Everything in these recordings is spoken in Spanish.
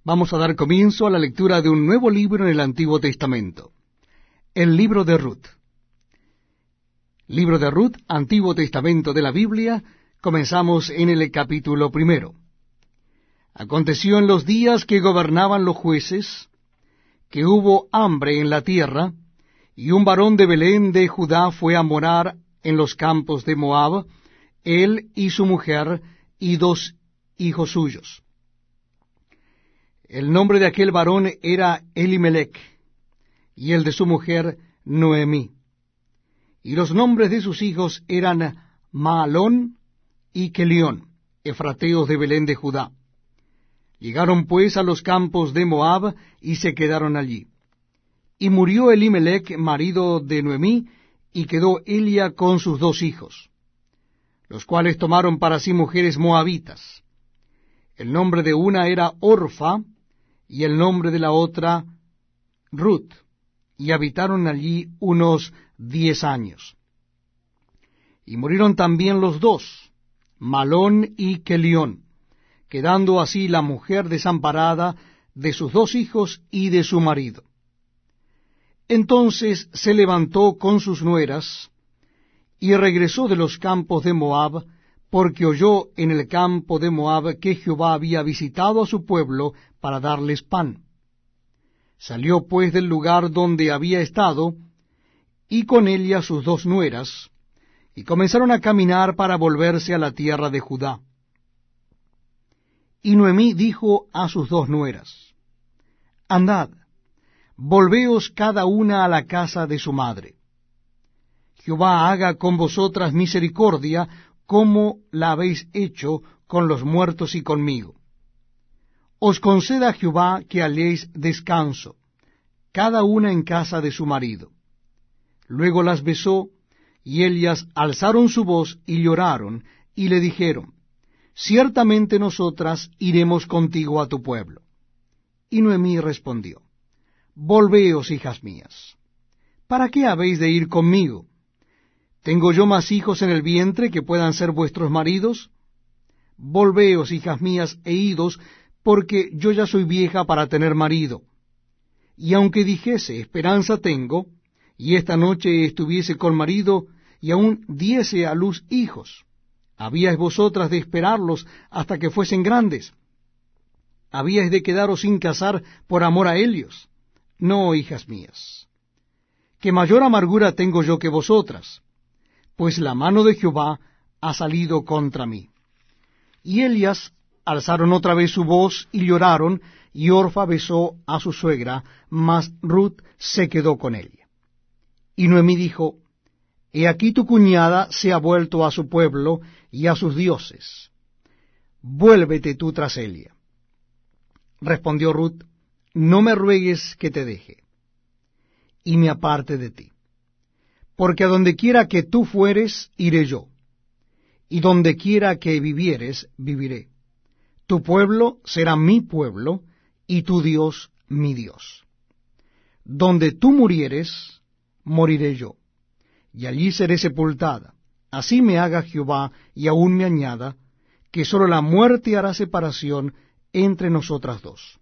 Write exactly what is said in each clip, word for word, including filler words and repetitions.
Vamos a dar comienzo a la lectura de un nuevo libro en el Antiguo Testamento, el libro de Ruth. Libro de Ruth, Antiguo Testamento de la Biblia. Comenzamos en el capítulo primero. Aconteció en los días que gobernaban los jueces, que hubo hambre en la tierra, y un varón de Belén de Judá fue a morar en los campos de Moab, él y su mujer y dos hijos suyos. El nombre de aquel varón era Elimelech, y el de su mujer Noemí. Y los nombres de sus hijos eran Mahalón y Kelión, efrateos de Belén de Judá. Llegaron pues a los campos de Moab, y se quedaron allí. Y murió Elimelech, marido de Noemí, y quedó Elia con sus dos hijos, los cuales tomaron para sí mujeres moabitas. El nombre de una era Orfa, y el nombre de la otra Ruth, y habitaron allí unos diez años. Y murieron también los dos, Malón y Kelión, quedando así la mujer desamparada de sus dos hijos y de su marido. Entonces se levantó con sus nueras, y regresó de los campos de Moab, porque oyó en el campo de Moab que Jehová había visitado a su pueblo para darles pan. Salió pues del lugar donde había estado, y con ella sus dos nueras, y comenzaron a caminar para volverse a la tierra de Judá. Y Noemí dijo a sus dos nueras: Andad, volveos cada una a la casa de su madre. Jehová haga con vosotras misericordia, como la habéis hecho con los muertos y conmigo. Os conceda Jehová que halléis descanso, cada una en casa de su marido. Luego las besó, y ellas alzaron su voz y lloraron, y le dijeron: Ciertamente nosotras iremos contigo a tu pueblo. Y Noemí respondió: Volveos, hijas mías. ¿Para qué habéis de ir conmigo? ¿Tengo yo más hijos en el vientre que puedan ser vuestros maridos? Volveos, hijas mías, e idos, porque yo ya soy vieja para tener marido. Y aunque dijese, esperanza tengo, y esta noche estuviese con marido, y aún diese a luz hijos, ¿habíais vosotras de esperarlos hasta que fuesen grandes? ¿Habíais de quedaros sin casar por amor a ellos? No, hijas mías, que mayor amargura tengo yo que vosotras, pues la mano de Jehová ha salido contra mí. Y ellas alzaron otra vez su voz y lloraron, y Orfa besó a su suegra, mas Ruth se quedó con ella. Y Noemí dijo: He aquí tu cuñada se ha vuelto a su pueblo y a sus dioses. Vuélvete tú tras ella. Respondió Ruth: No me ruegues que te deje, y me aparte de ti. Porque a donde quiera que tú fueres, iré yo, y donde quiera que vivieres, viviré. Tu pueblo será mi pueblo, y tu Dios mi Dios. Donde tú murieres, moriré yo, y allí seré sepultada. Así me haga Jehová, y aún me añada, que sólo la muerte hará separación entre nosotras dos.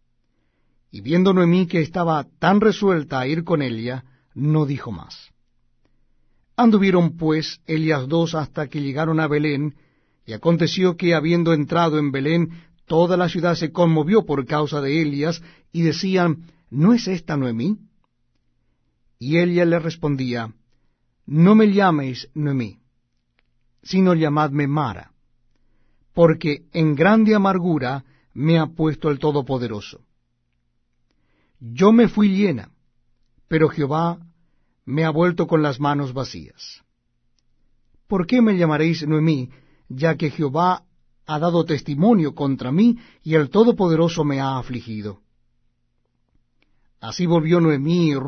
Y viendo Noemí que estaba tan resuelta a ir con ella, no dijo más. Anduvieron pues ellas dos hasta que llegaron a Belén, y aconteció que, habiendo entrado en Belén, toda la ciudad se conmovió por causa de ellas, y decían: ¿No es esta Noemí? Y ella le respondía: No me llaméis Noemí, sino llamadme Mara, porque en grande amargura me ha puesto el Todopoderoso. Yo me fui llena, pero Jehová me ha vuelto con las manos vacías. ¿Por qué me llamaréis Noemí, ya que Jehová ha dado testimonio contra mí, y el Todopoderoso me ha afligido? Así volvió Noemí